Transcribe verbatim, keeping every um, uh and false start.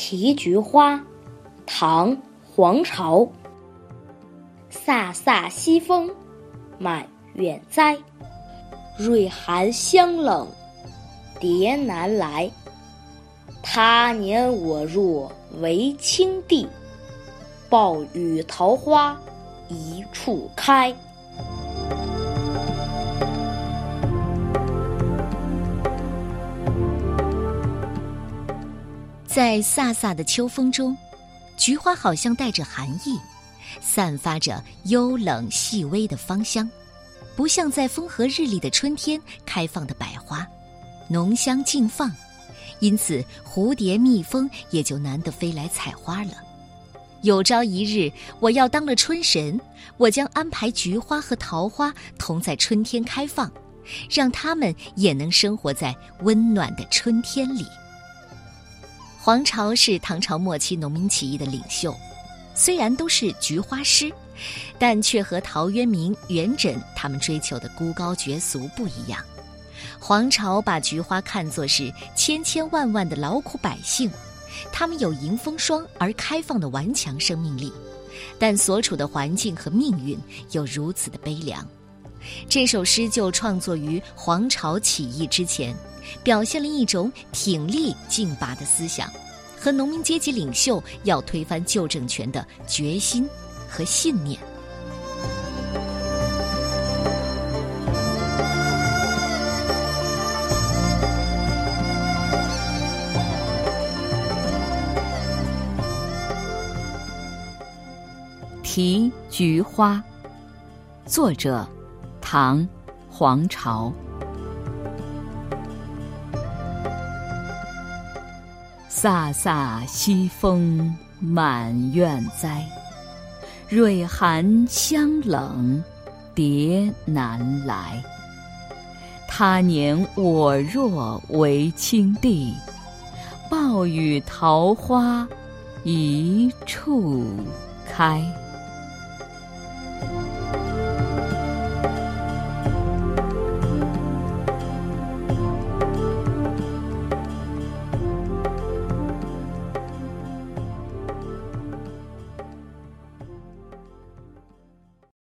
题菊花，唐·黄巢。飒飒西风满院栽，蕊寒香冷蝶难来。他年我若为青帝，抱与桃花一处开。 在飒飒的秋风中，菊花好像带着寒意，散发着幽冷细微的芳香，不像在风和日丽的春天开放的百花，浓香尽放，因此蝴蝶蜜蜂也就难得飞来采花了。有朝一日我要当了春神，我将安排菊花和桃花同在春天开放，让它们也能生活在温暖的春天里。黄巢是唐朝末期农民起义的领袖，虽然都是菊花诗，但却和陶渊明、元稹他们追求的孤高绝俗不一样。黄巢把菊花看作是千千万万的劳苦百姓，他们有迎风霜而开放的顽强生命力，但所处的环境和命运又如此的悲凉。这首诗就创作于黄巢起义之前，表现了一种挺立劲拔的思想，和农民阶级领袖要推翻旧政权的决心和信念。 题菊花，作者唐·黄巢。飒飒西风满院栽，蕊寒香冷蝶难来。他年我若为青帝，抱与桃花一处开。